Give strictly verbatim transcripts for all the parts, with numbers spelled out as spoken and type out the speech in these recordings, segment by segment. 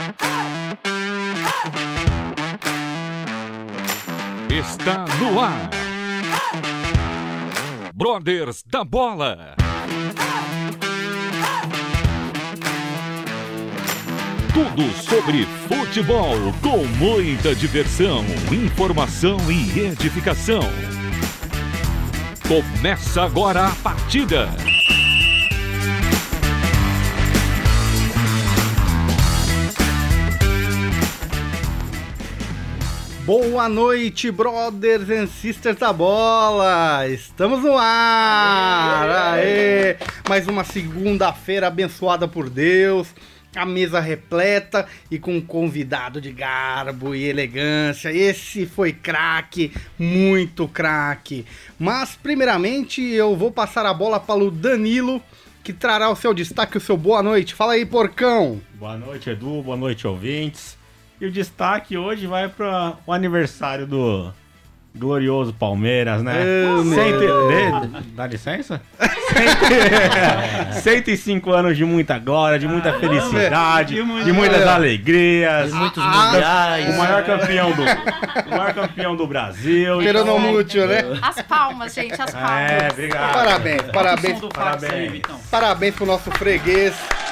Está no ar. Brothers da Bola. Tudo sobre futebol com muita diversão, informação e edificação. Começa agora a partida. Boa noite, brothers and sisters da bola! Estamos no ar! Aê! Mais uma segunda-feira abençoada por Deus, a mesa repleta e com um convidado de garbo e elegância. Esse foi craque, muito craque. Mas, primeiramente, eu vou passar a bola para o Danilo, que trará o seu destaque, o seu boa noite. Fala aí, porcão! Boa noite, Edu. Boa noite, ouvintes. E o destaque hoje vai para o aniversário do glorioso Palmeiras, né? Oh, Cento... de... Dá licença? cento e cinco anos de muita glória, de muita felicidade, de muitas alegrias. De muitos mundiais. O maior campeão do, o maior campeão do Brasil. Peronomútil, né? As palmas, gente, as palmas. É, obrigado. Parabéns, parabéns. Parabéns. Parabéns pro nosso freguês.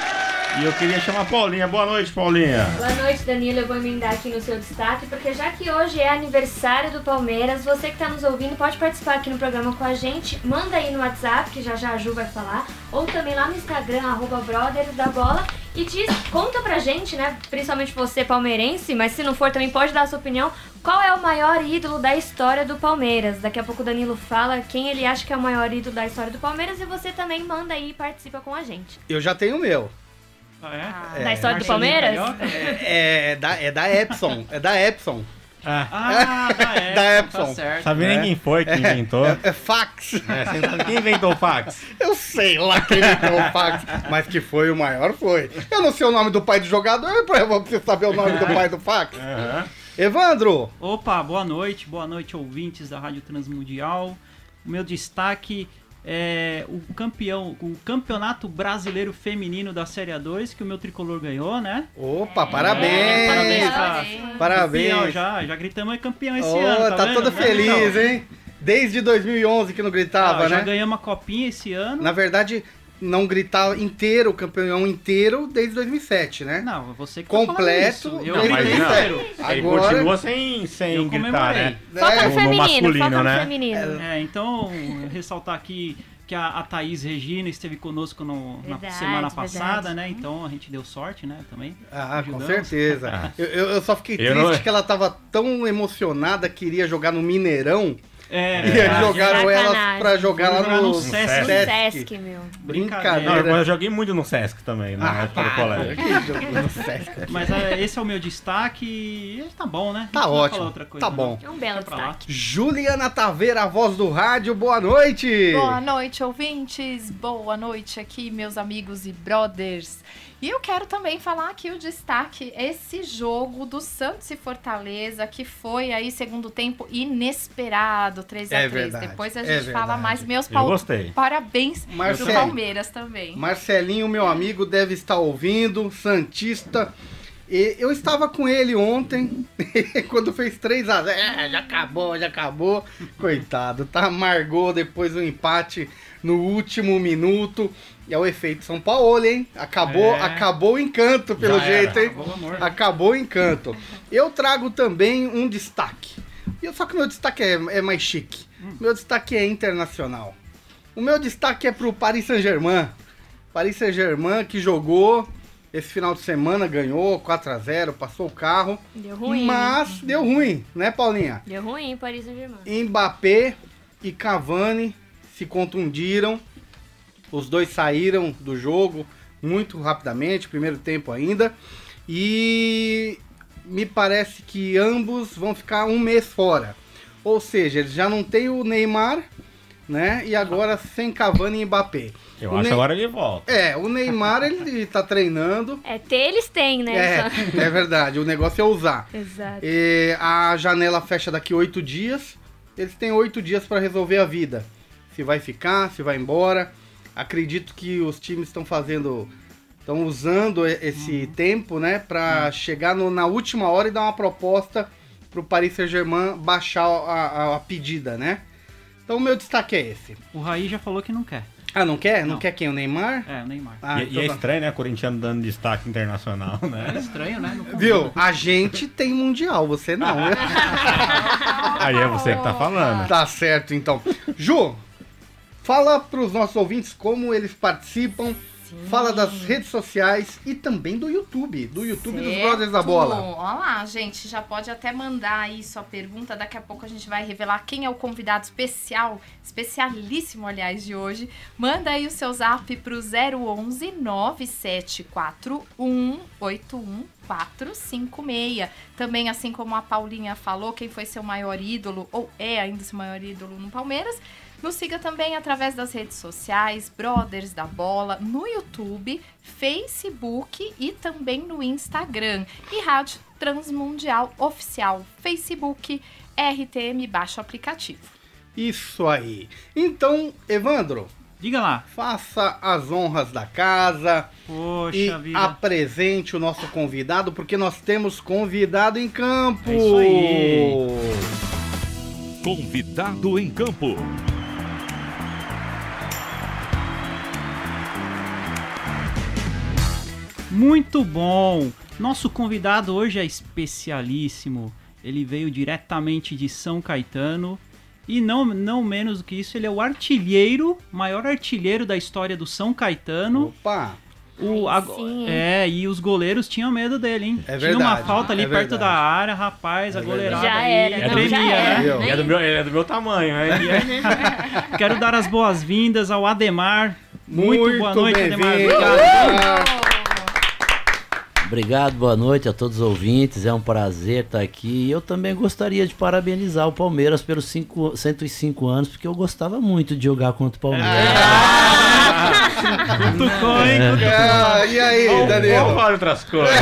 E eu queria chamar a Paulinha. Boa noite, Paulinha. Boa noite, Danilo. Eu vou emendar aqui no seu destaque, porque já que hoje é aniversário do Palmeiras, você que está nos ouvindo pode participar aqui no programa com a gente. Manda aí no WhatsApp, que já já a Ju vai falar, ou também lá no Instagram, arroba Brothers da Bola, e diz, conta pra gente, né, principalmente você palmeirense, mas se não for também pode dar a sua opinião, qual é o maior ídolo da história do Palmeiras. Daqui a pouco o Danilo fala quem ele acha que é o maior ídolo da história do Palmeiras, e você também manda aí e participa com a gente. Eu já tenho o meu. Ah, é? Da história do Palmeiras? É, é, da, é da Epson. É da Epson. Ah, Ah, tá, é. Da Tá Epson. certo. sabe nem É. quem foi que inventou? É, é fax. É, você não sabe quem inventou o fax? Eu sei lá quem inventou o fax, mas que foi o maior, foi. Eu não sei o nome do pai do jogador, eu vou precisar saber o nome do pai do fax. Aham. Evandro, Opa, boa noite, boa noite, ouvintes da Rádio Transmundial. O meu destaque é o campeão, o Campeonato Brasileiro Feminino da Série A dois, que o meu tricolor ganhou, né? opa, É, parabéns. parabéns, Parabéns. Parabéns. Campeão, já, já gritamos é campeão esse Oh, ano, tá vendo? toda Né, feliz, então? hein? Desde dois mil e onze que não gritava, Ah, já né? ganhamos uma copinha esse ano. Na verdade, não gritava inteiro, o campeão inteiro, desde dois mil e sete, né? Não, você que tá falando Completo, isso. Eu não, mas gritei não. inteiro. Ele Agora- continua sem, sem Eu gritar, comemorei. né? Foca É, no no feminino, masculino, foca no né? feminino. É, então, ressaltar aqui que a, a Thaís Regina esteve conosco no, na Verdade, semana passada, verdade. né? Então a gente deu sorte, né? Também. Ah, com Ajudamos. certeza. Eu, eu- eu só fiquei Eu triste não- que ela tava tão emocionada, queria jogar no Mineirão, É, e aí verdade. jogaram ela Sacanagem. pra jogar lá Jogar no, no Sesc. No Sesc, meu. Brincadeira. Não, eu joguei muito no Sesc também, na Ah, época do para. colégio. Que jogo no Sesc. Mas é, esse é o meu destaque e tá bom, né? Tá Não precisa ótimo, falar outra coisa, tá não. bom. É um belo Deixa pra lá. destaque. Juliana Taveira, a voz do rádio, boa noite! Boa noite, ouvintes. Boa noite aqui, meus amigos e brothers. E eu quero também falar aqui o destaque, esse jogo do Santos e Fortaleza, que foi aí, segundo tempo, inesperado, três a É três. verdade, Depois a é gente fala verdade. mais. Meus Eu pau- gostei. parabéns pro Marcelo. Palmeiras também. Marcelinho, meu amigo, deve estar ouvindo, santista. E eu estava com ele ontem, quando fez três a zero. É, já acabou, já acabou. Coitado, tá? Amargou depois o empate no último minuto. E é o efeito São Paulo, hein? Acabou, É. acabou o encanto, pelo Já jeito, era. hein? Acabou o amor. Acabou o encanto. Eu trago também um destaque. E Só que o meu destaque é, é mais chique. Meu destaque é internacional. O meu destaque é pro Paris Saint-Germain. Paris Saint-Germain que jogou esse final de semana, ganhou quatro a zero, passou o carro. Deu ruim. Mas deu ruim, né, Paulinha? Deu ruim, Paris Saint-Germain. Mbappé e Cavani se contundiram. Os dois saíram do jogo muito rapidamente, primeiro tempo ainda. E me parece que ambos vão ficar um mês fora. Ou seja, eles já não tem o Neymar, né? E agora sem Cavani e Mbappé. Eu O acho que Ney- agora ele volta. É, o Neymar ele tá treinando. É ter, eles têm, né? É, Só- é verdade, o negócio é usar. Exato. E a janela fecha daqui oito dias. Eles têm oito dias para resolver a vida. Se vai ficar, se vai embora. Acredito que os times estão fazendo Estão usando esse uhum. tempo, né, para uhum. chegar no, na última hora e dar uma proposta para o Paris Saint-Germain baixar a, a, a pedida, né? Então o meu destaque é esse. O Raí já falou que não quer. Ah, não quer? Não, não quer quem? O Neymar? É, o Neymar. Ah, e, então e é tá. estranho, né? Corintiano dando destaque internacional, né? É estranho, né? Não Viu? A gente tem mundial, você não. Aí é você que tá falando. Tá certo, então. Ju, fala pros nossos ouvintes como eles participam. Sim. Fala das redes sociais e também do YouTube, do YouTube certo. Dos Brothers da Bola. Olha lá, gente, já pode até mandar aí sua pergunta, daqui a pouco a gente vai revelar quem é o convidado especial, especialíssimo, aliás, de hoje. Manda aí o seu zap pro zero onze nove sete quatro um oito um quatro cinco seis. Também, assim como a Paulinha falou, quem foi seu maior ídolo, ou é ainda seu maior ídolo no Palmeiras, nos siga também através das redes sociais, Brothers da Bola, no YouTube, Facebook e também no Instagram. E Rádio Transmundial Oficial, Facebook, R T M, baixa o aplicativo. Isso aí. Então, Evandro, diga lá. Faça as honras da casa. Poxa e vida. Apresente o nosso convidado, porque nós temos convidado em campo. É isso aí. Convidado em campo. Muito bom! Nosso convidado hoje é especialíssimo. Ele veio diretamente de São Caetano e não, não menos do que isso, ele é o artilheiro, maior artilheiro da história do São Caetano. Opa! O, a, é, e os goleiros tinham medo dele, hein? É Tinha verdade, uma falta ali é perto verdade. da área, rapaz, é a goleirada já aí era, não, tremia, já era. né? Ele é, do meu, ele é do meu tamanho, né? Quero dar as boas-vindas ao Ademar. Muito, Muito boa noite, Ademar. Obrigado. Obrigado, boa noite a todos os ouvintes, é um prazer estar aqui. Eu também gostaria de parabenizar o Palmeiras pelos cinco, cento e cinco anos, porque eu gostava muito de jogar contra o Palmeiras. Cutucou, hein? Ah, e aí, Daniel? Vamos falar outras coisas.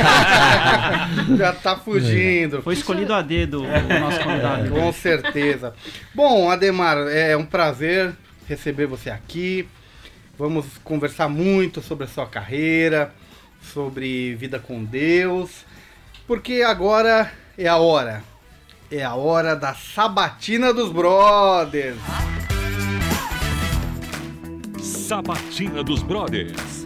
Já tá fugindo. Foi escolhido a dedo o nosso convidado. Com certeza. Bom, Ademar, é um prazer receber você aqui. Vamos conversar muito sobre a sua carreira, sobre vida com Deus, porque agora é a hora, é a hora da Sabatina dos Brothers. Sabatina dos Brothers.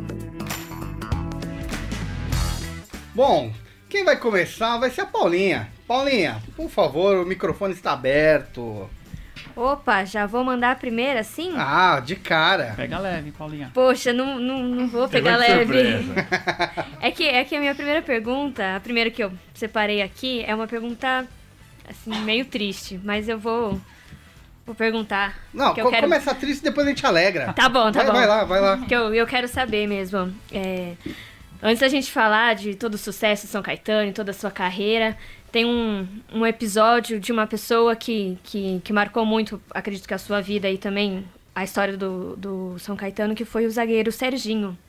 Bom, quem vai começar vai ser a Paulinha. Paulinha, por favor, o microfone está aberto. Opa, já vou mandar a primeira, sim? Ah, de cara. Pega leve, Paulinha. Poxa, não, não, não vou pegar leve. É que, é que a minha primeira pergunta, a primeira que eu separei aqui, é uma pergunta, assim, meio triste, mas eu vou, vou perguntar. Não, que co eu quero... começa triste e depois a gente alegra. Tá bom, tá vai, bom. Vai lá, vai lá. Que eu, eu quero saber mesmo. É, antes da gente falar de todo o sucesso de São Caetano e toda a sua carreira, tem um, um episódio de uma pessoa que, que, que marcou muito, acredito que a sua vida e também a história do, do São Caetano, que foi o zagueiro Serginho.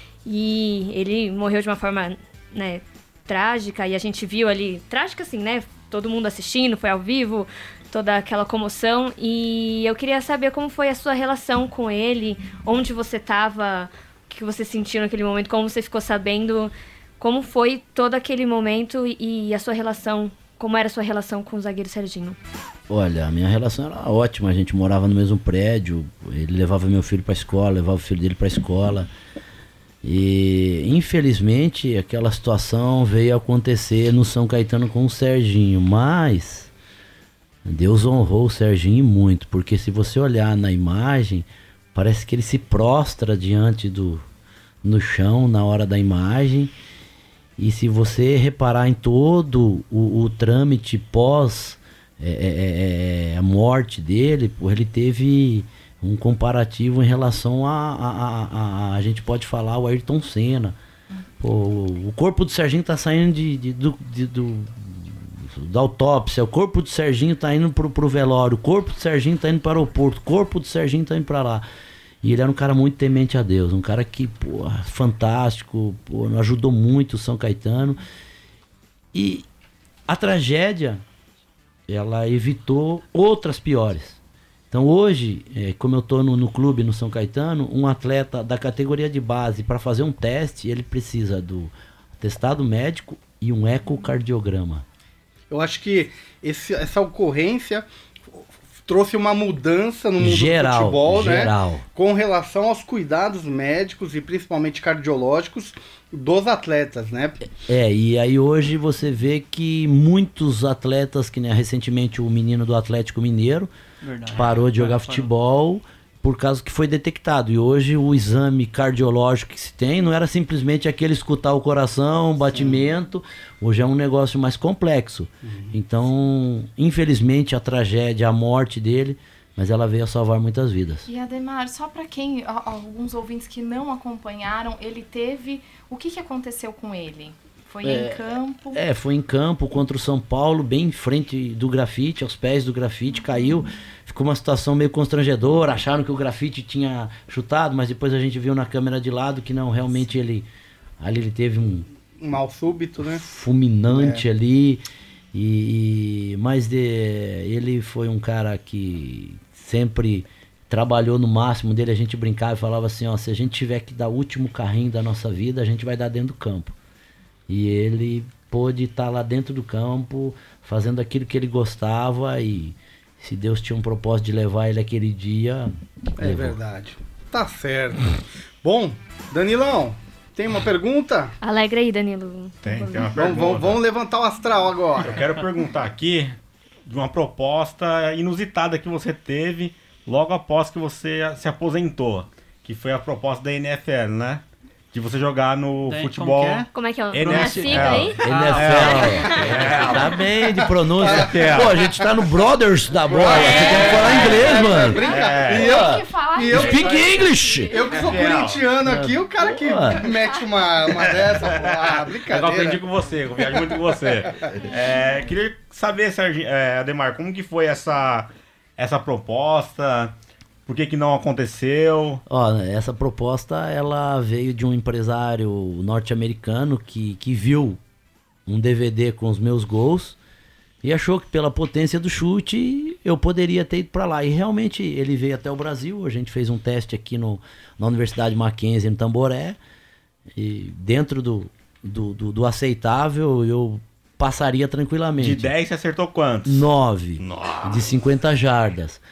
E ele morreu de uma forma, né, trágica, e a gente viu ali, trágica assim, né, todo mundo assistindo, foi ao vivo, toda aquela comoção, e eu queria saber como foi a sua relação com ele, onde você estava, o que você sentiu naquele momento, como você ficou sabendo... Como foi todo aquele momento e a sua relação, como era a sua relação com o zagueiro Serginho? Olha, a minha relação era ótima, a gente morava no mesmo prédio, ele levava meu filho para a escola, levava o filho dele para a escola. E infelizmente aquela situação veio acontecer no São Caetano com o Serginho, mas Deus honrou o Serginho muito, porque se você olhar na imagem, parece que ele se prostra diante do no chão na hora da imagem. E se você reparar em todo o, o trâmite pós é, é, é, a morte dele, pô, ele teve um comparativo em relação a, a, a, a, a gente pode falar, o Ayrton Senna. Pô, o corpo do Serginho tá saindo de, de, do, de, do, da autópsia, o corpo do Serginho tá indo pro, pro velório, o corpo do Serginho tá indo para o aeroporto, o corpo do Serginho tá indo para lá. E ele era um cara muito temente a Deus, um cara que, pô, fantástico, pô, ajudou muito o São Caetano. E a tragédia, ela evitou outras piores. Então hoje, é, como eu estou no, no clube no São Caetano, um atleta da categoria de base, para fazer um teste, ele precisa do atestado médico e um ecocardiograma. Eu acho que esse, essa ocorrência trouxe uma mudança no mundo geral, do futebol, geral. né? Com relação aos cuidados médicos e principalmente cardiológicos dos atletas, né? É, e aí hoje você vê que muitos atletas, que né, recentemente o menino do Atlético Mineiro Verdade. parou de jogar Parou. futebol por causa que foi detectado. E hoje o exame cardiológico que se tem não era simplesmente aquele escutar o coração, batimento. Sim. Hoje é um negócio mais complexo. Uhum. Então, infelizmente, a tragédia, a morte dele, mas ela veio a salvar muitas vidas. E Ademar, só para quem, alguns ouvintes que não acompanharam, ele teve... O que, que aconteceu com ele? Foi é, em campo? É, foi em campo contra o São Paulo, bem em frente do grafite, aos pés do grafite, uhum. caiu. Ficou uma situação meio constrangedora, acharam que o grafite tinha chutado, mas depois a gente viu na câmera de lado que não, realmente ele, ali ele teve um... Um mal súbito, né? Fulminante é. ali, e, mas de, ele foi um cara que sempre trabalhou no máximo dele, a gente brincava e falava assim, ó, se a gente tiver que dar o último carrinho da nossa vida, a gente vai dar dentro do campo. E ele pôde estar lá dentro do campo, fazendo aquilo que ele gostava e... Se Deus tinha um propósito de levar ele aquele dia... É levou. Verdade. Tá certo. Bom, Danilão, tem uma pergunta? Alegra aí, Danilo. Tem, tem uma vamos, pergunta. Vamos, vamos levantar o astral agora. Eu quero perguntar aqui de uma proposta inusitada que você teve logo após que você se aposentou. Que foi a proposta da N F L, né? De você jogar no Daí, futebol... Como é que é? N F L. Sigla aí? N F L. Tá bem de pronúncia. Pô, a gente tá no Brothers da bola. Você tem que falar inglês, mano. Brinca. E eu que falar e eu, Speak English. Eu que sou corintiano aqui, o cara que Boa. mete uma, uma dessa, ah, Eu brincadeira. aprendi com você, eu viajo muito com você. É, queria saber, Sergi, é, Ademar, como que foi essa, essa proposta? Por que que não aconteceu? Ó, essa proposta, ela veio de um empresário norte-americano que, que viu um D V D com os meus gols e achou que pela potência do chute eu poderia ter ido para lá. E realmente ele veio até o Brasil, a gente fez um teste aqui no, na Universidade Mackenzie, em Tamboré, e dentro do, do, do, do aceitável eu passaria tranquilamente. De dez você acertou quantos? nove. Nossa. De cinquenta jardas.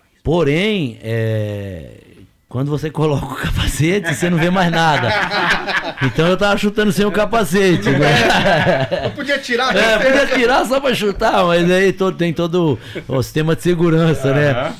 Porém, é, quando você coloca o capacete, você não vê mais nada. Então eu tava chutando sem o capacete, né? Eu podia tirar. É, podia tirar só pra chutar, mas aí todo, tem todo o sistema de segurança, né?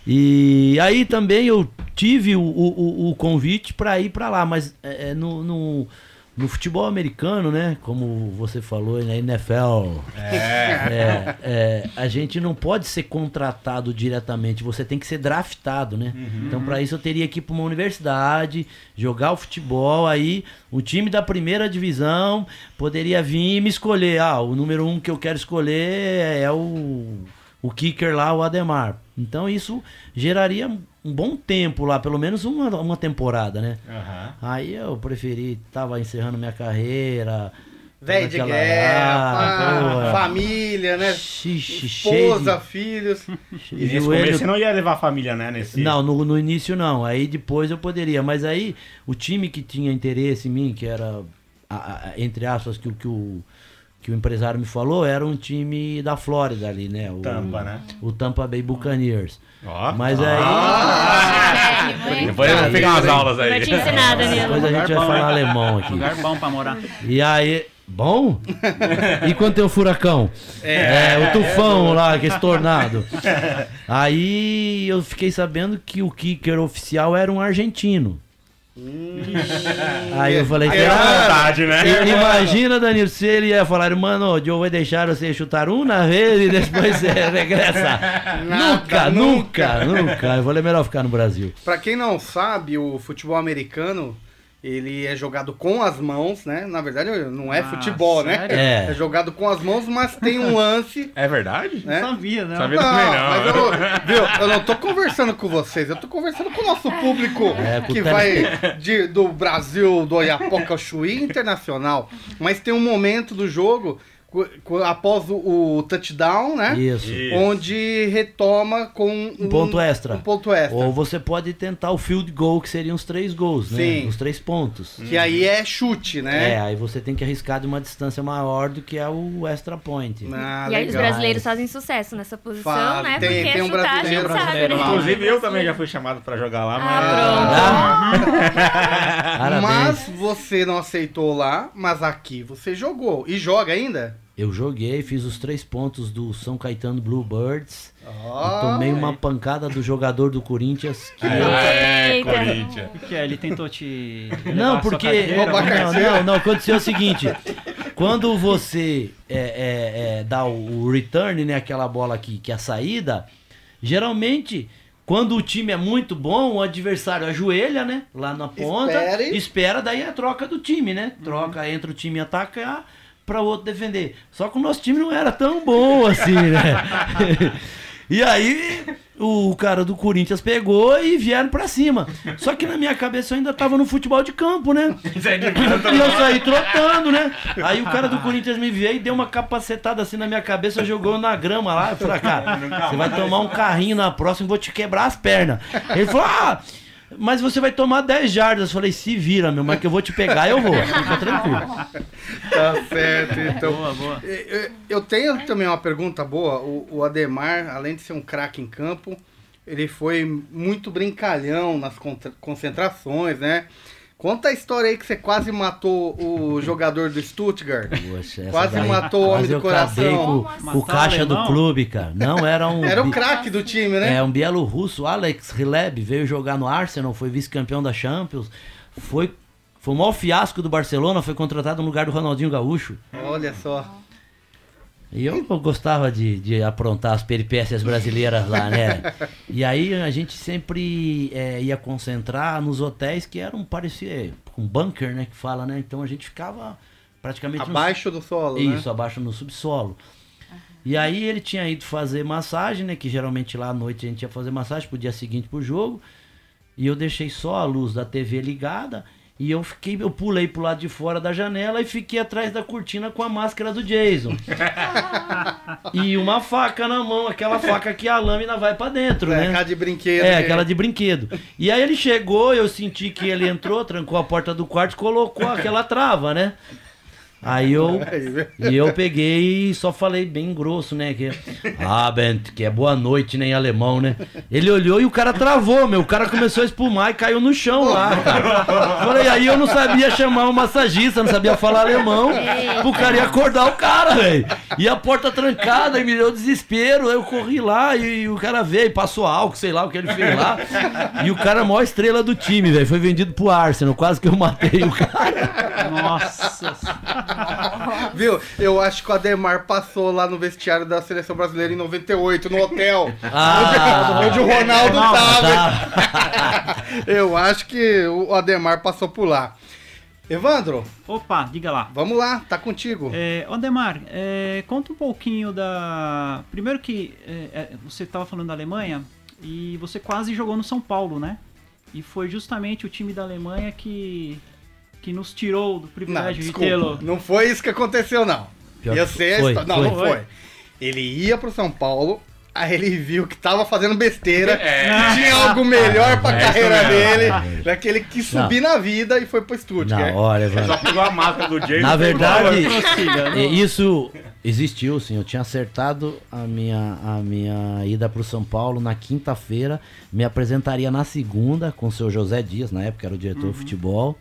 E aí também eu tive o, o, o convite para ir para lá, mas é, no, no, no futebol americano, né? Como você falou, na N F L, É. é, é, a gente não pode ser contratado diretamente, você tem que ser draftado, né? Uhum. Então para isso eu teria que ir para uma universidade, jogar o futebol, aí o time da primeira divisão poderia vir e me escolher. Ah, o número um que eu quero escolher é o, o kicker lá, o Ademar. Então isso geraria um bom tempo lá, pelo menos uma, uma temporada, né? Uhum. Aí eu preferi, tava encerrando minha carreira. Velho de aquela- guerra, Ah, fa- família, né? Xixi, cheio Esposa, de- filhos. E nesse joelho- começo você não ia levar a família, né? Nesse... Não, no, no início não. Aí depois eu poderia. Mas aí o time que tinha interesse em mim, que era, a- a- entre aspas, que, o- que, o, que o empresário me falou, era um time da Flórida ali, né? O Tampa, né? O Tampa Bay Buccaneers. Ó. Mas aí. Ah, Depois eu vou pegar umas aulas aí. Vai te ensinar, Danilo. Depois a gente vai bom, falar né? alemão aqui. Lugar bom pra morar. E aí. Bom? E quando tem o furacão? É, o tufão lá, que é esse tornado. Aí eu fiquei sabendo que o kicker oficial era um argentino. Aí eu falei, É será? vontade, né? I- Imagina, Danilo, se ele ia falar, mano, eu vou deixar você chutar uma vez e depois você regressa. Nada, Nunca, nunca, nunca. Eu falei, melhor ficar no Brasil. Pra quem não sabe, o futebol americano, ele é jogado com as mãos, né? Na verdade, não é Ah, futebol, né? sério? É. É jogado com as mãos, mas tem um lance, É verdade? né? Sabia, né? Sabia também não. mas eu, viu, eu não tô conversando com vocês, eu tô conversando com o nosso público É, com que o vai de, do Brasil, do Oiapoque ao Chuí internacional. Mas tem um momento do jogo, cu- cu- após o, o touchdown, né? Isso. Isso. Onde retoma com Um ponto extra. Um ponto extra. Ou você pode tentar o field goal, que seriam os três gols, né? Sim. Os três pontos. Que aí é chute, né? É, aí você tem que arriscar de uma distância maior do que é o extra point. Ah, E aí os legal. brasileiros fazem sucesso nessa posição, Faz. né? Tem- Porque tem um chutar a brasileiro, gente sabe, brasileiro né? lá. Inclusive eu também já fui chamado pra jogar lá, mas... Ah, Parabéns. Mas você não aceitou lá, mas aqui você jogou. E joga ainda? Eu joguei, fiz os três pontos do São Caetano Bluebirds. Ó, E tomei uma pancada do jogador do Corinthians. Que É, Eita. Corinthians. O que é? Ele tentou te. levar a Não, sua porque. carteira? roubar Não, carteira. não, não, aconteceu o seguinte. Quando você é, é, é, dá o, o return, né? Aquela bola aqui, que é a saída, geralmente. Quando o time é muito bom, o adversário ajoelha, né? Lá na ponta. Espera e- Espera, daí é a troca do time, né? Troca, entra o time atacar para o outro defender. Só que o nosso time não era tão bom assim, né? E aí o cara do Corinthians pegou e vieram pra cima. Só que na minha cabeça eu ainda tava no futebol de campo, né? E eu saí trotando, né? Aí o cara do Corinthians me veio e deu uma capacetada assim na minha cabeça, jogou na grama lá. Eu falei, cara, você vai tomar um carrinho na próxima, vou te quebrar as pernas. Ele falou, ah, mas você vai tomar dez jardas. Eu falei, se vira, meu, mas que eu vou te pegar, eu vou. Fica tranquilo. Tá certo, então. Boa, boa. Eu- Eu tenho também uma pergunta boa. O, o Ademar, além de ser um craque em campo, ele foi muito brincalhão nas contra- concentrações, né? Conta a história aí que você quase matou o jogador do Stuttgart. Poxa, essa Quase daí- matou o homem quase do eu acabei coração. com Matar o caixa o do alemão? clube, cara. Não, era um... Era o bi- craque do time, né? É, um bielorrusso, Alex Rileb, veio jogar no Arsenal, foi vice-campeão da Champions, foi, foi o maior fiasco do Barcelona, foi contratado no lugar do Ronaldinho Gaúcho. Olha só. E eu gostava de, de aprontar as peripécias brasileiras lá, né? E aí a gente sempre é, ia concentrar nos hotéis que eram parecidos com bunker, né? Que fala, né? Então a gente ficava praticamente... nos- Abaixo do solo, Isso, né? abaixo no subsolo. E aí ele tinha ido fazer massagem, né? Que geralmente lá à noite a gente ia fazer massagem pro dia seguinte pro jogo. E eu deixei só a luz da T V ligada. E eu fiquei, eu pulei pro lado de fora da janela e fiquei atrás da cortina com a máscara do Jason. E uma faca na mão, aquela faca que a lâmina vai pra dentro, É, né? aquela de brinquedo. É, que- aquela de brinquedo. E aí ele chegou, eu senti que ele entrou, trancou a porta do quarto e colocou aquela trava, né? Aí eu, e eu peguei e só falei bem grosso, né? Que, ah, Bent, que é boa noite, né? Em alemão, né? Ele olhou e o cara travou, meu. O cara começou a espumar e caiu no chão lá, cara. Falei, aí eu não sabia chamar um massagista, não sabia falar alemão. O cara ia acordar o cara, velho. E a porta trancada, e me deu desespero. Aí eu corri lá e, o cara veio, passou álcool, sei lá o que ele fez lá. E o cara é a maior estrela do time, velho. Foi vendido pro Arsenal. Quase que eu matei o cara. Nossa. Viu? Eu acho que o Ademar passou lá no vestiário da Seleção Brasileira em noventa e oito, no hotel. Ah, Onde o Ronaldo tava. tá. Eu acho que o Ademar passou por lá. Evandro, Opa, diga lá. vamos lá, tá contigo. É, Odemar, é, conta um pouquinho da. Primeiro que é, é, você estava falando da Alemanha e você quase jogou no São Paulo, né? E foi justamente o time da Alemanha que, que nos tirou do Não, privilégio de desculpa, tê-lo. não foi isso que aconteceu, não. Pior Eu que sei a foi, história. Não, foi. não foi. Ele ia pro São Paulo, aí ele viu que tava fazendo besteira, que tinha algo melhor pra É, carreira isso mesmo. dele, daquele que subir na vida e foi pro Stuttgart. Não, olha, Só Evandro. pegou a máscara do Jason. Na verdade, Prossiga, não- é, isso existiu, sim. Eu tinha acertado a minha, a minha ida para oÃo Paulo na quinta-feira. Me apresentaria na segunda com o seu José Dias, na época era o diretor de futebol.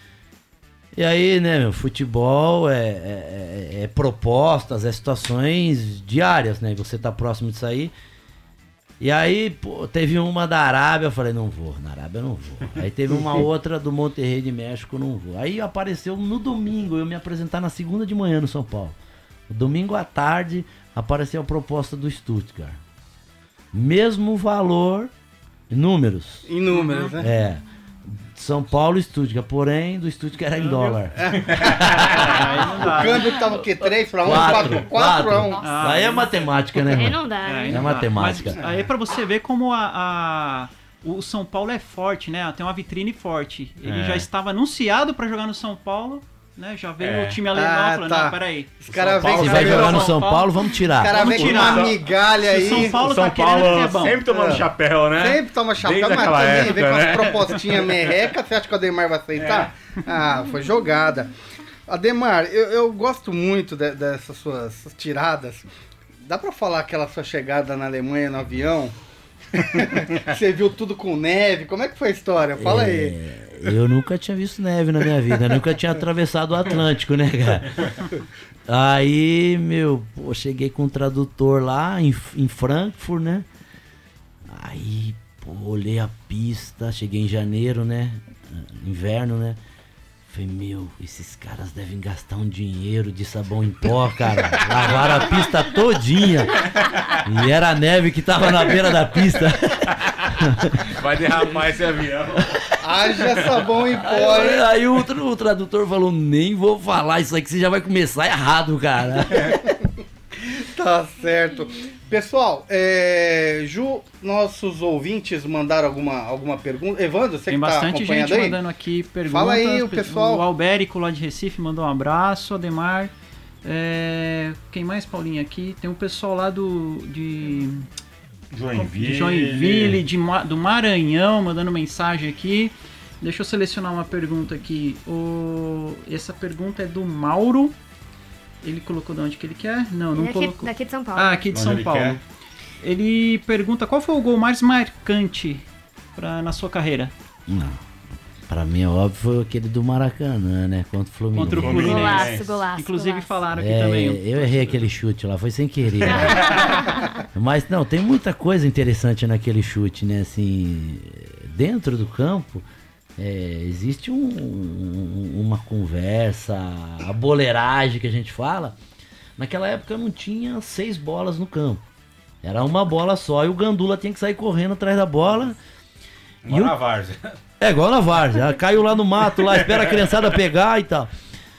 E aí, né, meu, futebol é, é, é- é propostas, é situações diárias, né? E você tá próximo disso aí. E aí, pô, teve uma da Arábia, eu falei, não vou, na Arábia eu não vou. Aí teve uma outra do Monterrey de México, eu não vou. Aí apareceu no domingo, eu me apresentar na segunda de manhã no São Paulo. No domingo à tarde, apareceu a proposta do Stuttgart. Mesmo valor, números. Em números, né? É. São Paulo e Stuttgart, porém, do Stuttgart era em dólar. Aí não O dá. câmbio tava o quê? três para um? Quatro, quatro a um. quatro. Aí é matemática, né, Aí mano? não dá, É, né? aí É não dá. matemática. Mas aí é pra você ver como a, a- o São Paulo é forte, né? Tem uma vitrine forte. Ele É. já estava anunciado pra jogar no São Paulo né? Já veio É. o time alemão Ah, falando, tá. não, peraí. Os caras São vêm Paulo Se com vai São jogar no São São Paulo. Paulo, vamos tirar. Os caras Vamos vêm com tirar. uma migalha Se o São aí. Paulo São tá querendo que Paulo é bom. sempre tomando É. chapéu, né? Sempre toma chapéu, Desde mas aquela também época, vem com né? as propostinhas merreca. Você acha que o Ademar vai aceitar? Ah, foi jogada. Ademar, eu, eu gosto muito de- dessas suas suas tiradas. Dá pra falar aquela sua chegada na Alemanha no avião? Você viu tudo com neve? Como é que foi a história? Fala aí. É, eu nunca tinha visto neve na minha vida, nunca tinha atravessado o Atlântico, né, cara? Aí, meu, pô, cheguei com um tradutor lá em, em Frankfurt, né? Aí, pô, olhei a pista, cheguei em janeiro, né? Inverno, né? Falei, meu, esses caras devem gastar um dinheiro de sabão em pó, cara. Lavaram a pista todinha. E era a neve que tava na beira da pista. Vai derrapar esse avião. Haja sabão em Aí, pó, hein? aí o, tra- o tradutor falou, nem vou falar isso aí que você já vai começar errado, cara. Tá certo. Pessoal, é, Ju, nossos ouvintes mandaram alguma, alguma pergunta. Evandro, você Tem que tá bastante acompanhando gente aí? mandando aqui perguntas. Fala aí, o pessoal. O Albérico lá de Recife mandou um abraço, Ademar. É, quem mais, Paulinho, aqui? Tem um pessoal lá do de Joinville. de Joinville, de Ma- do Maranhão, mandando mensagem aqui. Deixa eu selecionar uma pergunta aqui. O, essa pergunta é do Mauro. Ele colocou de onde que ele quer? Não, não Ele é colocou. aqui, daqui de São Paulo. Ah, aqui de Onde São ele Paulo. quer? Ele pergunta qual foi o gol mais marcante pra, na sua carreira? Não. Pra mim é óbvio foi aquele do Maracanã, né? Contra o Fluminense. Contra o Fluminense. Golaço, golaço. Inclusive golaço. falaram aqui É, também. eu errei aquele chute lá, foi sem querer. né? Mas não, tem muita coisa interessante naquele chute, né? Assim, dentro do campo é, existe um- um- uma conversa, a boleiragem que a gente fala. Naquela época não tinha seis bolas no campo. Era uma bola só e o Gandula tinha que sair correndo atrás da bola. E Igual o- na várzea. é igual na várzea, caiu lá no mato, lá espera a criançada pegar e tal.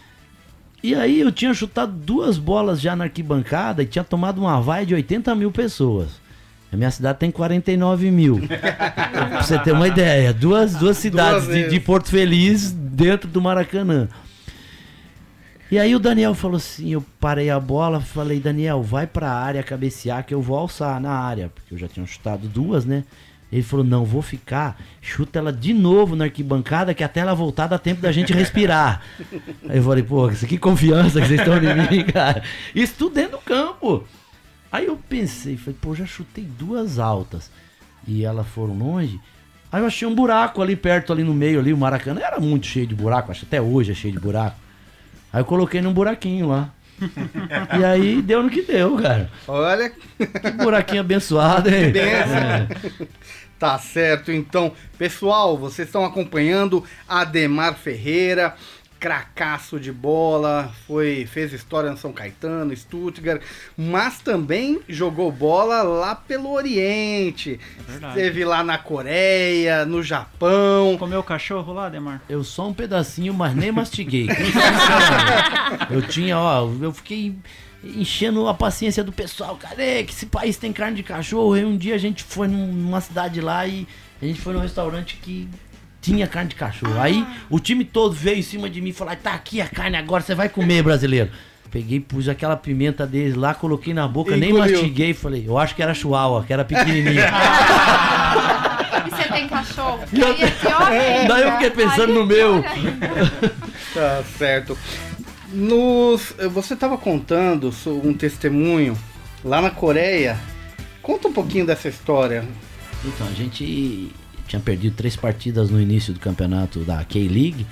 E aí eu tinha chutado duas bolas já na arquibancada e tinha tomado uma vaia de oitenta mil pessoas. A minha cidade tem quarenta e nove mil. Pra você ter uma ideia, duas, duas cidades Duas de, de vezes. Porto Feliz dentro do Maracanã. E aí o Daniel falou assim, eu parei a bola, falei, Daniel, vai pra área cabecear que eu vou alçar na área, porque eu já tinha chutado duas, né? Ele falou, não, vou ficar, chuta ela de novo na arquibancada, que até ela voltar dá tempo da gente respirar. Aí eu falei, pô, que confiança que vocês estão em mim, cara. Isso tudo dentro do campo. Aí eu pensei, falei, pô, já chutei duas altas e elas foram longe. Aí eu achei um buraco ali perto, ali no meio, ali, o Maracanã era muito cheio de buraco, acho que até hoje é cheio de buraco. Aí eu coloquei num buraquinho lá. E aí deu no que deu, cara. Olha, Que buraquinho abençoado, hein? benção. É. Tá certo, então, pessoal, vocês estão acompanhando Ademar Ferreira, cracaço de bola, foi, fez história no São Caetano, Stuttgart, mas também jogou bola lá pelo Oriente. verdade. Esteve lá na Coreia, no Japão. Comeu cachorro lá, Ademar? Eu só um pedacinho, mas nem mastiguei. Sinceramente. Eu tinha, ó, eu fiquei enchendo a paciência do pessoal. Cadê que esse país tem carne de cachorro? E um dia a gente foi numa cidade lá e a gente foi num restaurante que tinha carne de cachorro. Aí o time todo veio em cima de mim e falou, tá aqui a carne agora, você vai comer, brasileiro. Peguei, pus aquela pimenta deles lá, coloquei na boca, nem Engoliu. mastiguei e falei, eu acho que era chihuahua, que era pequenininha. E você tem cachorro? Que aí é pior ainda. Daí eu fiquei pensando Aí é no meu. pior ainda. Tá certo. Nos, você estava contando so- um testemunho lá na Coreia. Conta um pouquinho dessa história. Então, a gente tinha perdido três partidas no início do campeonato da K-League.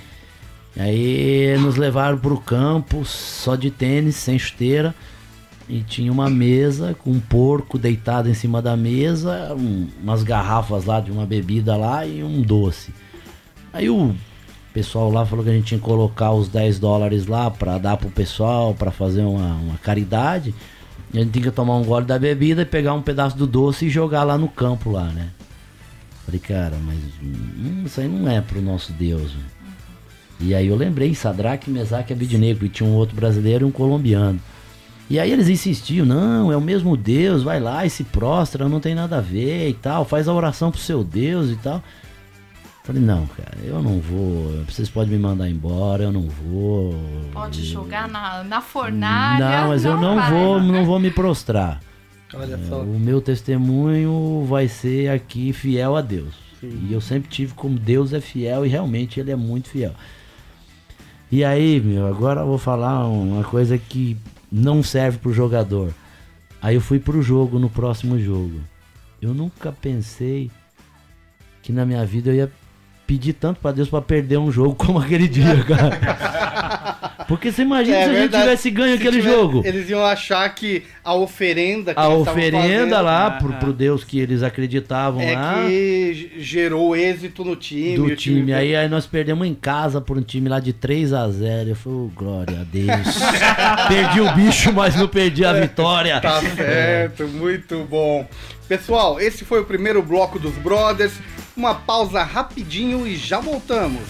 Aí nos levaram pro campo só de tênis, sem chuteira. E tinha uma mesa com um porco deitado em cima da mesa, um- umas garrafas lá de uma bebida lá e um doce. Aí o pessoal lá falou que a gente tinha que colocar os dez dólares lá pra dar pro pessoal, pra fazer uma, uma caridade. E a gente tinha que tomar um gole da bebida e pegar um pedaço do doce e jogar lá no campo lá, né? Falei, cara, mas hum, isso aí não é pro nosso Deus. Né? E aí eu lembrei, Sadraque, Mesaque e Abednego, e tinha um outro brasileiro e um colombiano. E aí eles insistiam, não, é o mesmo Deus, vai lá e se prostra, não tem nada a ver e tal, faz a oração pro seu Deus e tal. Falei, não, cara, eu não vou. Vocês podem me mandar embora, eu não vou. Pode e... jogar na, na fornalha. Não, mas eu não vai. vou, não vou me prostrar. Olha É, só. o meu testemunho vai ser aqui fiel a Deus. Sim. E eu sempre tive como Deus é fiel e realmente ele é muito fiel. E aí, meu, agora eu vou falar uma coisa que não serve pro jogador. Aí eu fui pro jogo, no próximo jogo. Eu nunca pensei que na minha vida eu ia pedir tanto pra Deus pra perder um jogo como aquele dia, cara. Porque você imagina É se a gente verdade. tivesse ganho Se aquele tiver- jogo. Eles iam achar que a oferenda que A eles estavam oferenda fazendo lá Ah, pro, ah. pro Deus que eles acreditavam é lá. que g- gerou êxito no time. Do o time. Aí, aí nós perdemos em casa por um time lá de três a zero. Eu falei, oh, glória a Deus. Perdi o bicho, mas não perdi a vitória. Tá certo, muito bom. Pessoal, esse foi o primeiro bloco dos Brothers. Uma pausa rapidinho e já voltamos.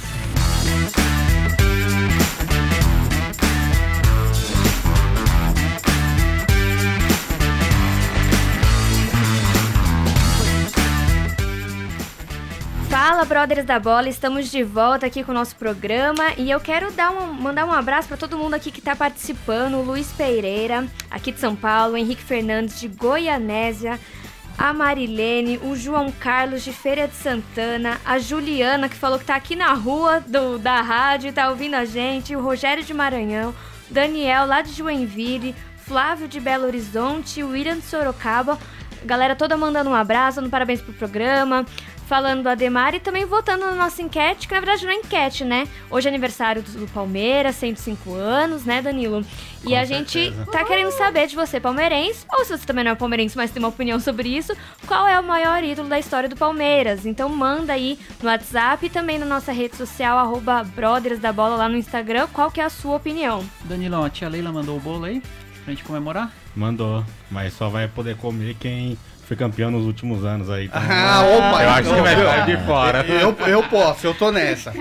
Fala, brothers da bola, estamos de volta aqui com o nosso programa e eu quero dar um, mandar um abraço para todo mundo aqui que está participando, o Luiz Pereira, aqui de São Paulo, o Henrique Fernandes de Goianésia, a Marilene, o João Carlos de Feira de Santana, a Juliana que falou que tá aqui na rua do, da rádio e tá ouvindo a gente, o Rogério de Maranhão, Daniel lá de Joinville, Flávio de Belo Horizonte, o William de Sorocaba, galera toda mandando um abraço, dando parabéns pro programa, falando do Ademar e também votando na nossa enquete, que na verdade não é enquete, né? Hoje é aniversário do, do Palmeiras, cento e cinco anos, né, Danilo? E Com a gente certeza. tá querendo saber de você, palmeirense, ou se você também não é palmeirense, mas tem uma opinião sobre isso, qual é o maior ídolo da história do Palmeiras? Então manda aí no WhatsApp e também na nossa rede social, arroba Brothers da Bola lá no Instagram, qual que é a sua opinião? Danilão, a tia Leila mandou o bolo aí pra gente comemorar? Mandou, mas só vai poder comer quem foi campeão nos últimos anos aí. Então, Ah, opa, eu acho que vai eu- ficar de fora. Eu, eu posso, eu tô nessa.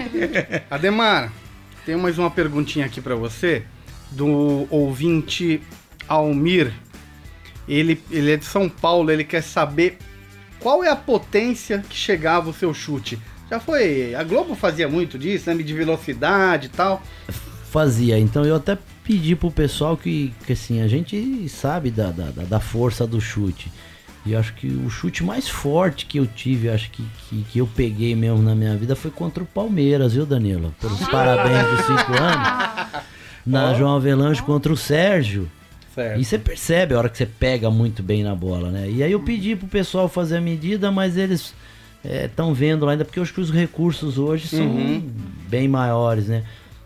Ademar, tem mais uma perguntinha aqui pra você, do ouvinte Almir. Ele, ele é de São Paulo, ele quer saber qual é a potência que chegava o seu chute. Já foi, a Globo fazia muito disso, né, de velocidade e tal. Fazia, então eu até pedi pro pessoal que, que assim, a gente sabe da, da, da- da força do chute. E eu acho que o chute mais forte que eu tive, eu acho que, que, que eu peguei mesmo na minha vida foi contra o Palmeiras, viu, Danilo? Pelos parabéns dos cinco anos. Na Ó. João Avelange contra o Sérgio. Certo. E você percebe a hora que você pega muito bem na bola, né? E aí eu pedi pro pessoal fazer a medida, mas eles estão vendo lá ainda, porque eu acho que os recursos hoje são Uhum. bem maiores, né?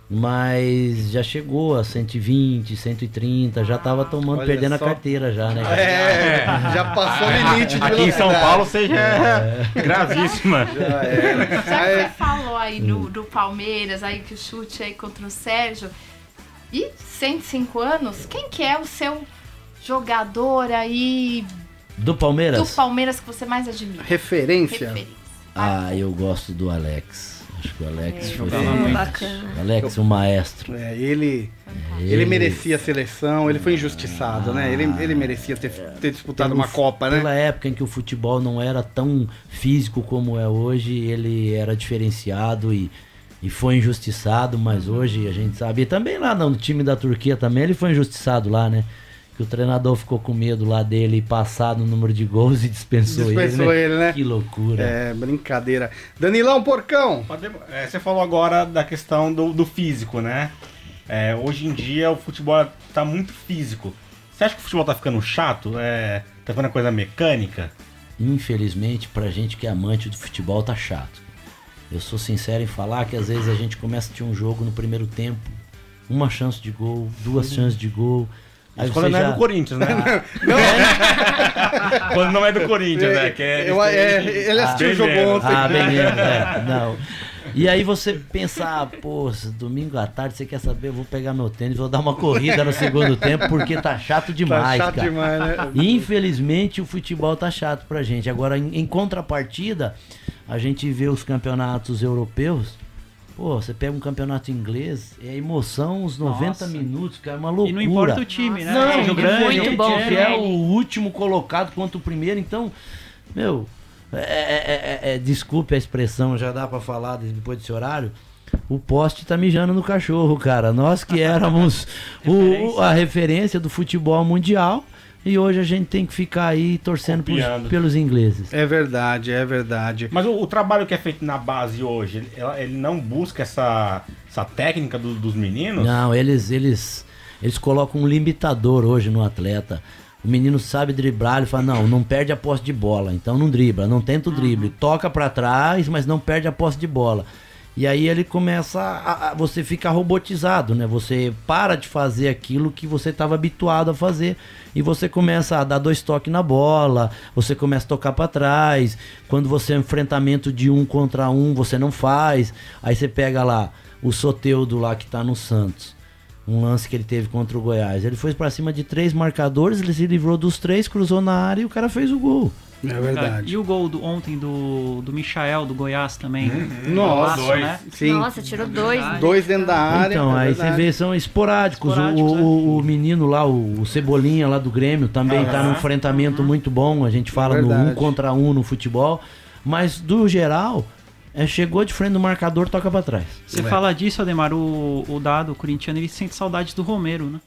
Mas já chegou a cento e vinte, cento e trinta, já tava tomando, Olha perdendo só. a carteira já, né? É, já passou o limite de Aqui em São velocidade. Paulo seja gravíssima. Já era. Já que Aí- você falou aí do, do Palmeiras, aí que o chute aí contra o Sérgio. E cento e cinco anos, quem que é o seu jogador aí Do Palmeiras? do Palmeiras que você mais admira? Referência. Referência. Ah, eu gosto do Alex. Acho que o Alex foi jogava fenomenal. muito. Bacana. Alex, o maestro. É, ele, ele merecia a seleção, ele foi injustiçado, né? Ele, ele merecia ter, ter disputado Pelo- uma Copa, né? Pela época em que o futebol não era tão físico como é hoje, ele era diferenciado e, e foi injustiçado, mas hoje a gente sabe. E também lá no time da Turquia também ele foi injustiçado lá, né? Que o treinador ficou com medo lá dele passar no número de gols e dispensou, Dispensou ele, né? ele, né? Que loucura. É, brincadeira. Danilão Porcão. Pode- é, você falou agora da questão do, do físico, né? É, hoje em dia o futebol tá muito físico. Você acha que o futebol tá ficando chato? É, tá ficando uma coisa mecânica? Infelizmente, pra gente que é amante do futebol, tá chato. Eu sou sincero em falar que às vezes a gente começa a ter um jogo no primeiro tempo, uma chance de gol, duas chances de gol. Aí Quando você não já... é do Corinthians, né? Quando não é do Corinthians, né? Que é, Eu- é, ele assistiu Ah, o jogo bem menos. ontem. Ah, bem menos, é, não. E aí você pensa, ah, pô, domingo à tarde, você quer saber, eu vou pegar meu tênis, vou dar uma corrida no segundo tempo, porque tá chato Tá demais, chato cara. demais, né? Infelizmente o futebol tá chato pra gente. Agora, em, em contrapartida, a gente vê os campeonatos europeus. Pô, você pega um campeonato inglês, é emoção os noventa Nossa. minutos, cara, é uma loucura. E não importa o time, né? Não, Seja ninguém grande, foi muito que bom, é né? o último colocado contra o primeiro, então, meu, é, é, é, é, desculpe a expressão, já dá pra falar depois desse horário. O poste tá mijando no cachorro, cara. Nós que éramos o, a referência do futebol mundial e hoje a gente tem que ficar aí torcendo pros, pelos ingleses. É verdade, é verdade. Mas o, o trabalho que é feito na base hoje, ele, ele não busca essa, essa técnica do, dos meninos? Não, eles, eles, eles colocam um limitador hoje no atleta. O menino sabe driblar, ele fala, não, não perde a posse de bola, então não dribla, não tenta o drible, toca pra trás, mas não perde a posse de bola. E aí ele começa a, a você fica robotizado, né? Você para de fazer aquilo que você estava habituado a fazer e você começa a dar dois toques na bola, você começa a tocar para trás. Quando você é um enfrentamento de um contra um, você não faz. Aí você pega lá o Soteldo lá que tá no Santos, um lance que ele teve contra o Goiás. Ele foi para cima de três marcadores, ele se livrou dos três, cruzou na área e o cara fez o gol. É verdade. E o gol do, ontem do, do Michael, do Goiás também. Uhum. Nossa, golaço, né? Sim. Nossa, tirou dois. Né? Dois dentro da área. Então, é aí você vê, são esporádicos. Esporádicos, o, o, o menino lá, o, o Cebolinha lá do Grêmio, também Uhum. tá num enfrentamento muito bom. A gente fala no Verdade. um contra um no futebol. Mas, do geral, é, chegou de frente do marcador, toca pra trás. Você É. fala disso, Ademar, o, o Dado, o corintiano, ele sente saudades do Romero, né?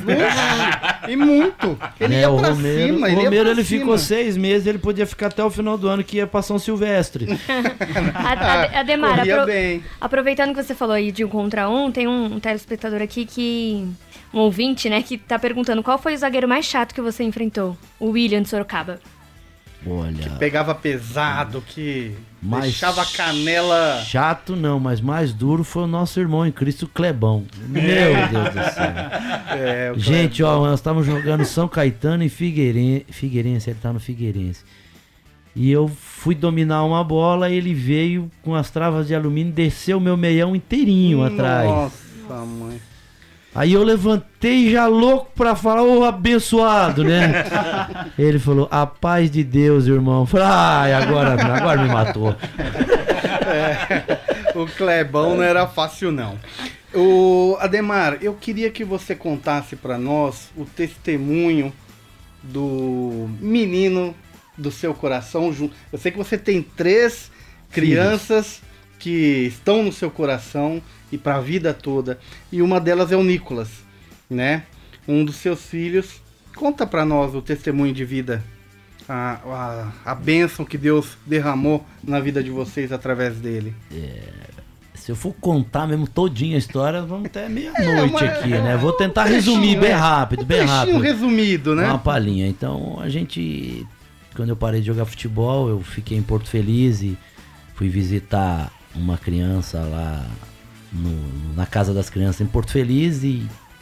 E muito. Ele É, ia o pra Romero, cima, o ele ia Romero pra ele cima. ficou seis meses, ele podia ficar até o final do ano que ia pra São Silvestre. A- a- Ademar, Corria apro- bem. aproveitando que você falou aí de um contra um, tem um, um telespectador aqui que... Um ouvinte, né, que tá perguntando qual foi o zagueiro mais chato que você enfrentou? O William de Sorocaba. Olha, Pegava pesado, que Mas deixava a canela... chato não, mas mais duro foi o nosso irmão em Cristo, Clebão. Meu Deus do céu. É, o Gente, ó, nós estávamos jogando São Caetano e Figueirense. Figueirense, ele tá no Figueirense. E eu fui dominar uma bola, ele veio com as travas de alumínio, desceu o meu meião inteirinho atrás. Nossa, mãe. Aí eu levantei já louco pra falar, ô abençoado, né? Ele falou, a paz de Deus, irmão. Eu falei, ai, agora, agora me matou. É, o Clebão não era fácil, não. O Ademar, eu queria que você contasse pra nós o testemunho do menino do seu coração. jun- Eu sei que você tem três crianças que estão no seu coração e para a vida toda. E uma delas é o Nicolas, né? Um dos seus filhos. Conta pra nós o testemunho de vida, a, a, a bênção que Deus derramou na vida de vocês através dele. Se eu for contar mesmo todinha a história, vamos até meia-noite É, uma- aqui, né? Vou tentar um resumir trechinho, bem é. rápido, bem Trechinho rápido. resumido, né? Uma palhinha. Então, a gente, quando eu parei de jogar futebol, eu fiquei em Porto Feliz e fui visitar uma criança lá no- na Casa das Crianças em Porto Feliz e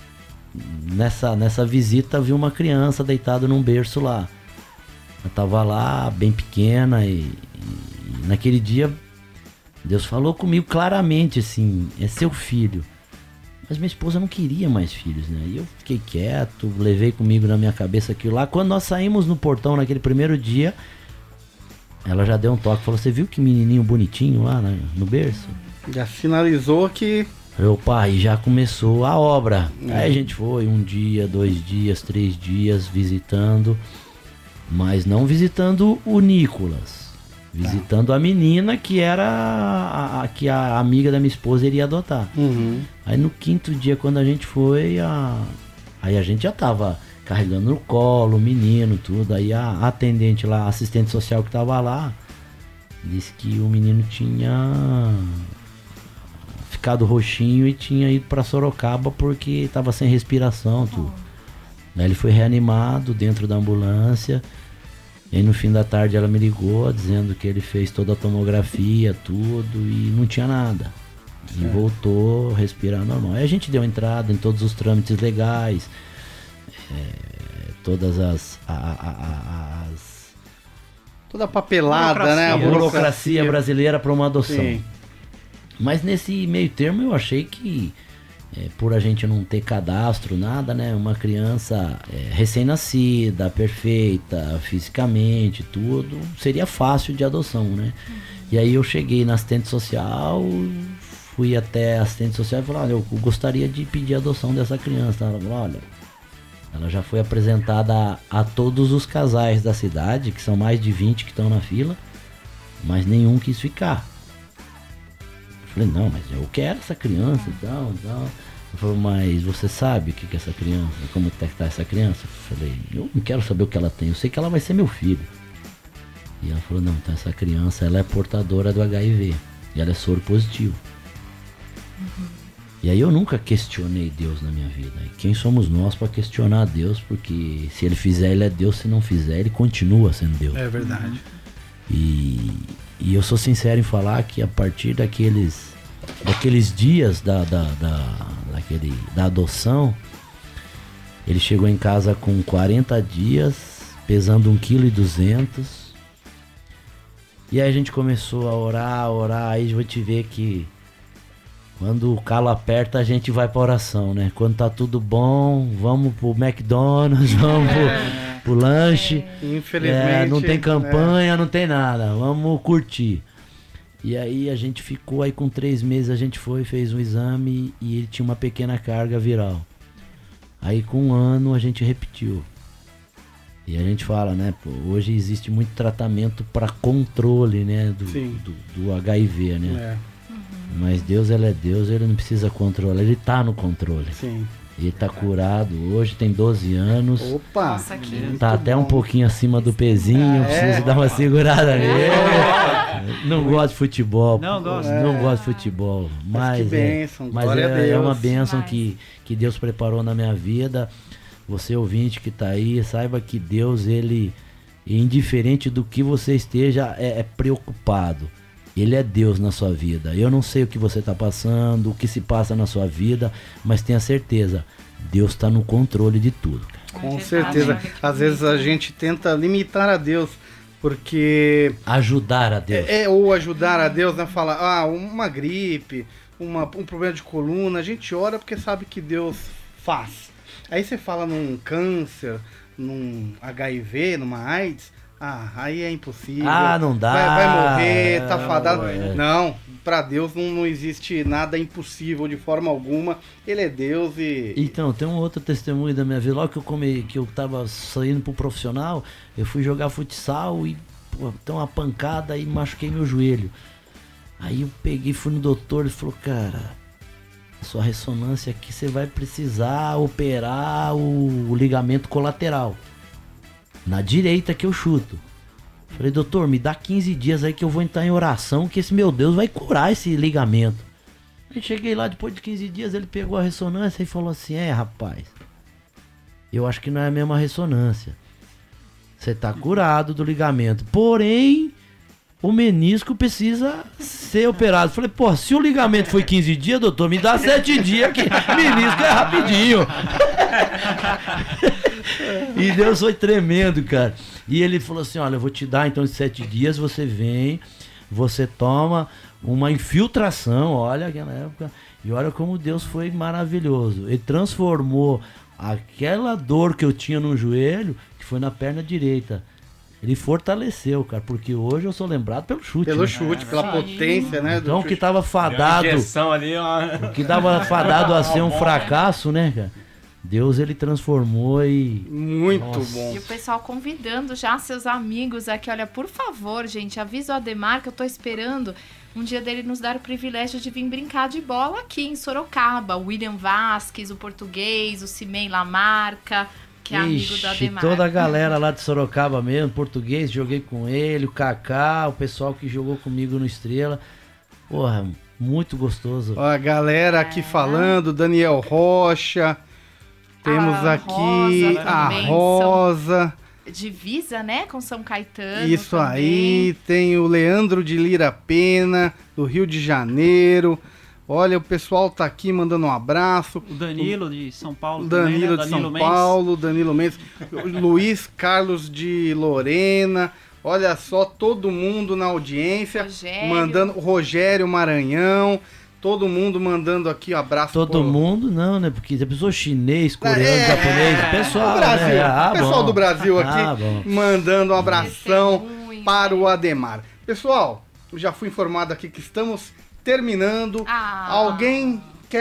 nessa, nessa visita vi uma criança deitada num berço lá. Eu tava lá, bem pequena e, e naquele dia Deus falou comigo claramente assim, é seu filho. Mas minha esposa não queria mais filhos, né? E eu fiquei quieto, levei comigo na minha cabeça aquilo lá. Quando nós saímos no portão naquele primeiro dia, ela já deu um toque, falou, você viu que menininho bonitinho lá né, no berço? Já sinalizou que... Meu pai, já começou a obra. É. Aí a gente foi um dia, dois dias, três dias visitando, mas não visitando o Nicolas. Visitando a menina que era a, a- que a amiga da minha esposa iria adotar. Uhum. Aí no quinto dia, quando a gente foi, a... aí a gente já tava carregando no colo o menino, tudo. Aí a atendente lá, a assistente social que tava lá, disse que o menino tinha ficado roxinho e tinha ido pra Sorocaba porque tava sem respiração, tudo. Aí ele foi reanimado dentro da ambulância. E aí no fim da tarde ela me ligou dizendo que ele fez toda a tomografia, tudo, e não tinha nada. E voltou a respirar normal. Aí a gente deu entrada em todos os trâmites legais, é, todas as, a- a- a- as Toda a papelada, né? a burocracia brasileira para uma adoção. Sim. Mas nesse meio termo eu achei que, é, por a gente não ter cadastro, nada, né? Uma criança é, recém-nascida, perfeita, fisicamente, tudo, seria fácil de adoção, né? E aí eu cheguei na assistente social, fui até a assistente social e falei, olha, eu gostaria de pedir a adoção dessa criança. Ela falou, olha, ela já foi apresentada a, a todos os casais da cidade, que são mais de vinte que estão na fila. mas nenhum quis ficar. Eu falei, não, mas eu quero essa criança e tal, e tal. Eu falei, mas você sabe o que que é essa criança? Como é que tá essa criança? Eu falei, eu não quero saber o que ela tem, eu sei que ela vai ser meu filho. E ela falou, não, então essa criança, ela é portadora do H I V. E ela é soro positivo. Uhum. E aí eu nunca questionei Deus na minha vida. E quem somos nós para questionar Deus? Porque se ele fizer, ele é Deus. Se não fizer, ele continua sendo Deus. É verdade. E, e eu sou sincero em falar que a partir daqueles, daqueles dias da, da, da, daquele, da adoção, ele chegou em casa com quarenta dias, pesando um vírgula dois quilos. E aí a gente começou a orar, a orar. Aí eu vou te ver que quando o calo aperta, a gente vai pra oração, né? Quando tá tudo bom, vamos pro McDonald's, vamos É. pro, pro lanche. Infelizmente. É, não tem campanha, é. não tem nada, vamos curtir. E aí a gente ficou, aí com três meses a gente foi, fez um exame e ele tinha uma pequena carga viral. Aí com um ano a gente repetiu. E a gente fala, né, pô, hoje existe muito tratamento para controle, né, do, do, do H I V, né? É. Mas Deus, ele é Deus, ele não precisa controlar, ele tá no controle. Sim. Ele tá curado, hoje tem doze anos. Opa! Nossa, que Tá até bom. um pouquinho acima do pezinho, Ah, preciso é? dar uma segurada nele. Não gosto de futebol. Não pô, gosto. Não É. gosto de futebol. Mas Mas, que é, bênção, mas glória a é, é uma Deus. bênção Demais. que, que Deus preparou na minha vida. Você ouvinte que tá aí, saiba que Deus, ele, indiferente do que você esteja, é, é preocupado. Ele é Deus na sua vida. Eu não sei o que você está passando, o que se passa na sua vida, mas tenha certeza, Deus está no controle de tudo. Com Verdade, certeza. olha que Às vezes a bonito. gente tenta limitar a Deus, porque... Ajudar a Deus. É, ou ajudar a Deus, né? Falar, ah, uma gripe, uma, um problema de coluna, a gente ora porque sabe que Deus faz. Aí você fala num câncer, num H I V, numa AIDS... Ah, aí é impossível. Ah, não dá. Vai, vai morrer, tá É, fadado. é. Não, pra Deus não, não existe nada impossível de forma alguma. Ele é Deus e... Então, tem um outro testemunho da minha vida. Logo que eu, come, que eu tava saindo pro profissional, eu fui jogar futsal e pô, tem uma pancada e machuquei meu joelho. Aí eu peguei, fui no doutor e falou, cara, a sua ressonância aqui você vai precisar operar o, o ligamento colateral. Na direita que eu chuto. Falei, doutor, me dá quinze dias aí que eu vou entrar em oração, que esse meu Deus vai curar esse ligamento. Aí cheguei lá, depois de quinze dias, ele pegou a ressonância e falou assim, é rapaz, eu acho que não é a mesma ressonância. Você tá curado do ligamento, porém, o menisco precisa ser operado. Falei, pô, se o ligamento foi quinze dias, doutor, me dá sete dias que menisco é rapidinho. E Deus foi tremendo, cara. E ele falou assim, olha, eu vou te dar então sete dias, você vem, você toma uma infiltração, olha aquela época, e olha como Deus foi maravilhoso. Ele transformou aquela dor que eu tinha no joelho, que foi na perna direita. Ele fortaleceu, cara, porque hoje eu sou lembrado pelo chute. Pelo né? chute, pela Sim. potência, né? do Então o que chute. tava fadado, Injeção ali, ó. o que tava fadado a ser um fracasso, né, cara? Deus, ele transformou e... Muito Nossa. bom. E o pessoal convidando já seus amigos aqui, olha, por favor, gente, avisa o Ademar que eu tô esperando um dia dele nos dar o privilégio de vir brincar de bola aqui em Sorocaba. O William Vasquez, o português, o Cimei Lamarca, que é amigo do Ixi, Ademar. toda a galera lá de Sorocaba mesmo, português, joguei com ele, o Kaká, o pessoal que jogou comigo no Estrela. Porra, muito gostoso. Ó, a galera aqui falando, Daniel Rocha. Temos A aqui Rosa a também, Rosa. Divisa, né, com São Caetano. Isso também. aí. Tem o Leandro de Lira Pena, do Rio de Janeiro. Olha, o pessoal tá aqui mandando um abraço. O Danilo de São Paulo O também, Danilo né? de São Danilo Mendes. Paulo, Danilo Mendes, o Luiz Carlos de Lorena. Olha só, todo mundo na audiência. Rogério. Mandando. Rogério Maranhão. Todo mundo mandando aqui um abraço. Todo pro- mundo não, né? Porque a pessoa chinês, coreano, É, japonês, é, pessoal, O Brasil, né? Ah, pessoal bom. do Brasil aqui, Ah, bom. mandando um abração Testemunho, para o né? Ademar. Pessoal, eu já fui informado aqui que estamos terminando. Ah. Alguém quer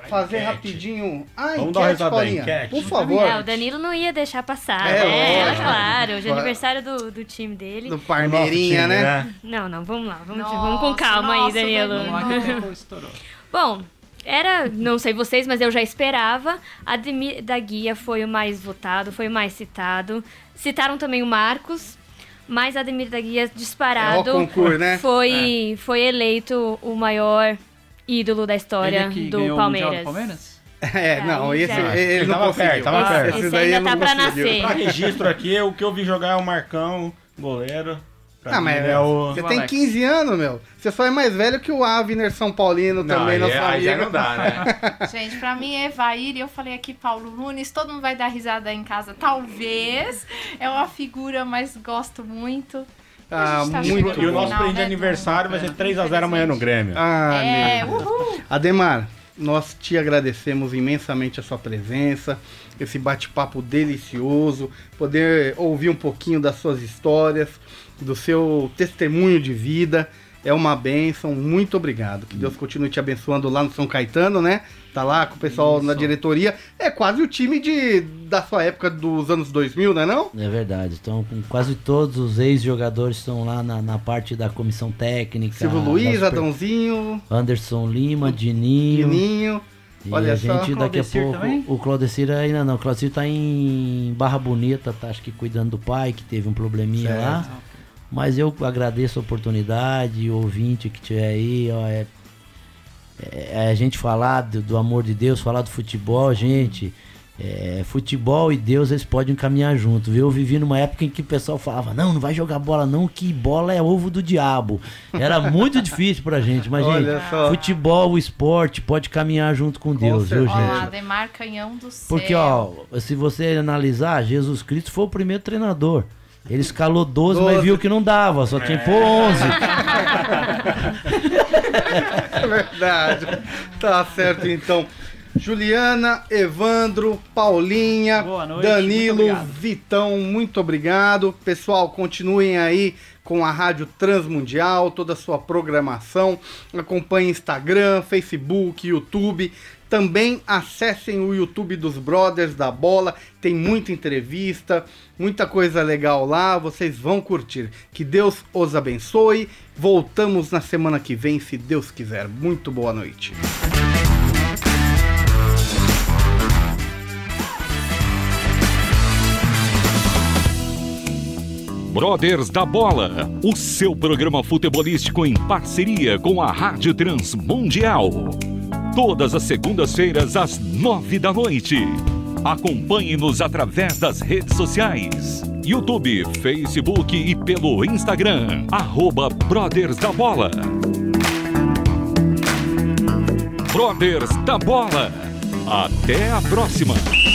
fazer enquete. rapidinho a Vamos dar uma enquete, risada da Paulinha. enquete. Por favor. É, o Danilo não ia deixar passar, É, né? lógico. Claro, hoje é Vai. aniversário do, do time dele. Do Parmeirinha, Nosso time, né? Não, não, vamos lá, vamos, Nossa, vamos com calma nossa, aí, Danilo. Vamos lá que o tempo estourou. Bom, era, não sei vocês, mas eu já esperava. Ademir da Guia foi o mais votado, foi o mais citado. Citaram também o Marcos, mas Ademir da Guia disparado É o concurso, né? foi, foi eleito o maior ídolo da história Ele que do ganhou o Mundial Palmeiras. do Palmeiras? É, não, Aí esse já- ele, Ele não tava conseguiu. perto, tava perto. Esse Esse daí ainda ele tá não pra conseguiu. nascer. Pra registro aqui, o que eu vi jogar é o Marcão, goleiro. Pra Ah, mim, mas ele é o... você o tem Alex. quinze anos, meu. Você só é mais velho que o Avner São Paulino também, aí, nosso aí já amigo. não dá, né? Gente, pra mim é Evair, e eu falei aqui Paulo Nunes, todo mundo vai dar risada aí em casa, talvez. É uma figura, mas gosto muito. Ah, A gente tá muito. chegando E o no nosso final, brinde de né, aniversário vai Dom? ser três a zero amanhã no Grêmio. Ah, É, lindo. uhul. Ademar, nós te agradecemos imensamente a sua presença, esse bate-papo delicioso, poder ouvir um pouquinho das suas histórias, do seu testemunho de vida. É uma bênção, muito obrigado. Que Deus continue te abençoando lá no São Caetano, né? Tá lá com o pessoal Isso. na diretoria. É quase o time de, da sua época dos anos dois mil, não é não? É verdade. Então, com quase todos os ex-jogadores estão lá na, na parte da comissão técnica. Silvio da Luiz, super- Adãozinho, Anderson Lima, Dininho. Pininho. E Olha a só. gente daqui a Claudecir pouco. também? O Claudecir ainda não. O Claudecir tá em Barra Bonita, tá acho que cuidando do pai, que teve um probleminha Certo. lá. Mas eu agradeço a oportunidade, o ouvinte que tiver aí, ó, é, é a gente falar do, do amor de Deus, falar do futebol, gente. É, futebol e Deus, eles podem caminhar junto, viu? Eu vivi numa época em que o pessoal falava, não, não vai jogar bola não, que bola é ovo do diabo. Era muito difícil pra gente, mas Olha gente, só. futebol, o esporte pode caminhar junto com Deus, viu, certeza. Ó, gente? Ademar Canhão do Céu. Porque, ó, se você analisar, Jesus Cristo foi o primeiro treinador. Ele escalou doze, mas doze. viu que não dava, só tinha que pôr onze. É verdade. Tá certo, então. Juliana, Evandro, Paulinha, Boa noite, Danilo, muito obrigado. Vitão, muito obrigado. Pessoal, continuem aí com a Rádio Transmundial, toda a sua programação. Acompanhem Instagram, Facebook, YouTube. Também acessem o YouTube dos Brothers da Bola. Tem muita entrevista, muita coisa legal lá. Vocês vão curtir. Que Deus os abençoe. Voltamos na semana que vem, se Deus quiser. Muito boa noite. Brothers da Bola, o seu programa futebolístico em parceria com a Rádio Transmundial. Todas as segundas-feiras às nove da noite. Acompanhe-nos através das redes sociais. YouTube, Facebook e pelo Instagram. Arroba Brothers da Bola. Brothers da Bola. Até a próxima.